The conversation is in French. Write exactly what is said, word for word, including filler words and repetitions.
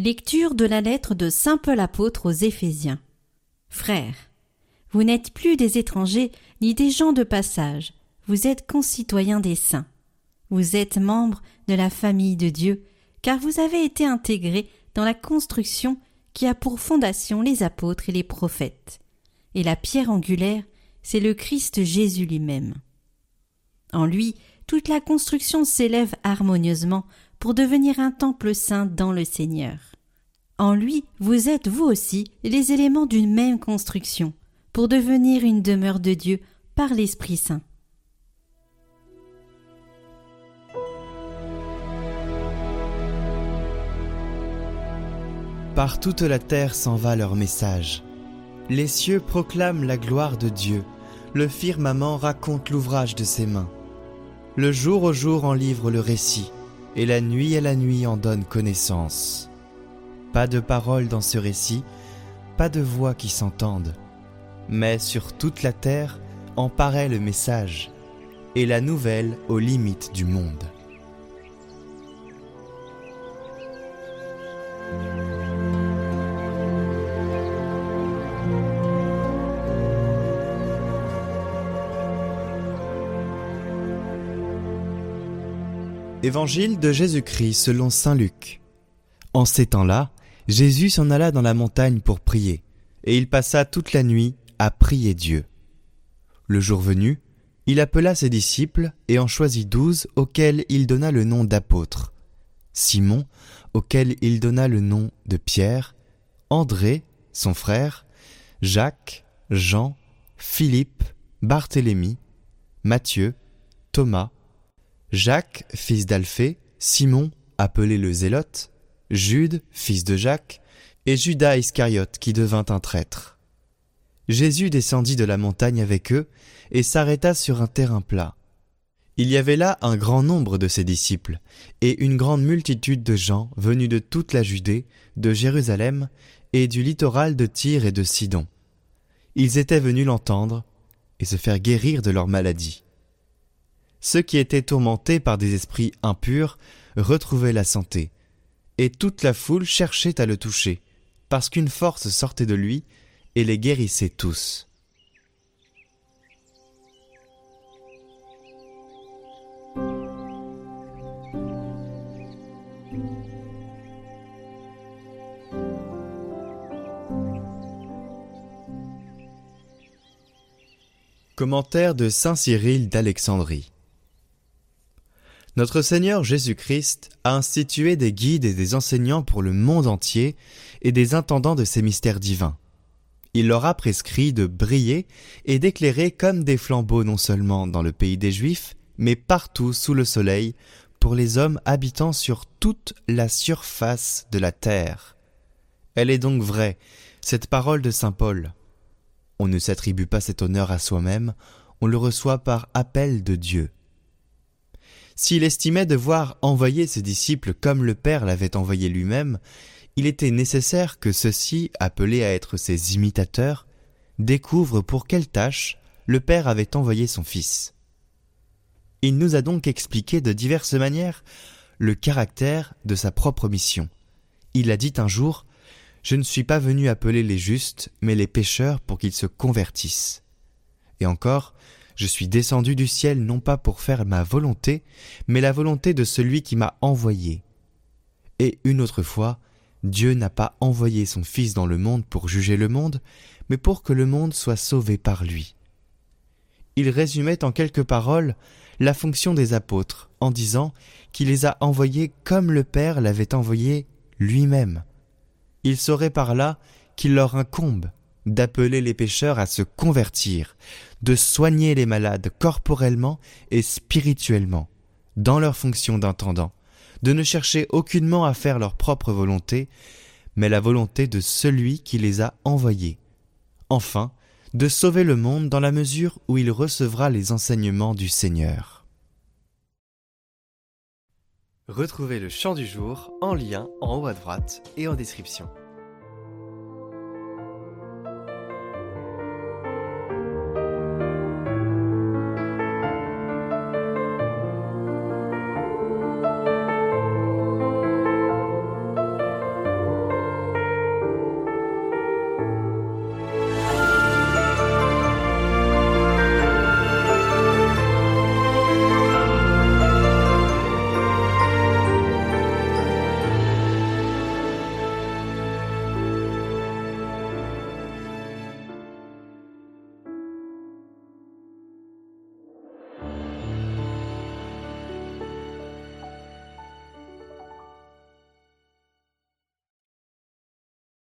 Lecture de la lettre de saint Paul apôtre aux Éphésiens. Frères, vous n'êtes plus des étrangers ni des gens de passage, vous êtes concitoyens des saints. Vous êtes membres de la famille de Dieu, car vous avez été intégrés dans la construction qui a pour fondation les apôtres et les prophètes. Et la pierre angulaire, c'est le Christ Jésus lui-même. En lui, toute la construction s'élève harmonieusement pour devenir un temple saint dans le Seigneur. En lui, vous êtes vous aussi les éléments d'une même construction, pour devenir une demeure de Dieu par l'Esprit Saint. Par toute la terre s'en va leur message. Les cieux proclament la gloire de Dieu, le firmament raconte l'ouvrage de ses mains. Le jour au jour en livre le récit, et la nuit à la nuit en donne connaissance. Pas de paroles dans ce récit, pas de voix qui s'entendent, mais sur toute la terre en paraît le message, et la nouvelle aux limites du monde. Évangile de Jésus-Christ selon saint Luc. En ces temps-là, Jésus s'en alla dans la montagne pour prier, et il passa toute la nuit à prier Dieu. Le jour venu, il appela ses disciples et en choisit douze auxquels il donna le nom d'apôtres. Simon, auquel il donna le nom de Pierre, André, son frère, Jacques, Jean, Philippe, Barthélemy, Matthieu, Thomas, Jacques, fils d'Alphée, Simon, appelé le Zélote, Jude, fils de Jacques, et Judas Iscariote qui devint un traître. Jésus descendit de la montagne avec eux et s'arrêta sur un terrain plat. Il y avait là un grand nombre de ses disciples et une grande multitude de gens venus de toute la Judée, de Jérusalem et du littoral de Tyr et de Sidon. Ils étaient venus l'entendre et se faire guérir de leur maladie. Ceux qui étaient tourmentés par des esprits impurs retrouvaient la santé, et toute la foule cherchait à le toucher, parce qu'une force sortait de lui et les guérissait tous. Commentaire de saint Cyril d'Alexandrie. Notre Seigneur Jésus-Christ a institué des guides et des enseignants pour le monde entier et des intendants de ces mystères divins. Il leur a prescrit de briller et d'éclairer comme des flambeaux non seulement dans le pays des Juifs, mais partout sous le soleil, pour les hommes habitant sur toute la surface de la terre. Elle est donc vraie, cette parole de saint Paul. On ne s'attribue pas cet honneur à soi-même, on le reçoit par appel de Dieu. S'il estimait devoir envoyer ses disciples comme le Père l'avait envoyé lui-même, il était nécessaire que ceux-ci, appelés à être ses imitateurs, découvrent pour quelle tâche le Père avait envoyé son Fils. Il nous a donc expliqué de diverses manières le caractère de sa propre mission. Il a dit un jour « Je ne suis pas venu appeler les justes, mais les pécheurs pour qu'ils se convertissent. » Et encore « Je suis descendu du ciel non pas pour faire ma volonté, mais la volonté de celui qui m'a envoyé. » Et une autre fois, Dieu n'a pas envoyé son Fils dans le monde pour juger le monde, mais pour que le monde soit sauvé par lui. Il résumait en quelques paroles la fonction des apôtres en disant qu'il les a envoyés comme le Père l'avait envoyé lui-même. Il saurait par là qu'il leur incombe d'appeler les pécheurs à se convertir, de soigner les malades corporellement et spirituellement, dans leur fonction d'intendant, de ne chercher aucunement à faire leur propre volonté, mais la volonté de celui qui les a envoyés. Enfin, de sauver le monde dans la mesure où il recevra les enseignements du Seigneur. Retrouvez le chant du jour en lien en haut à droite et en description.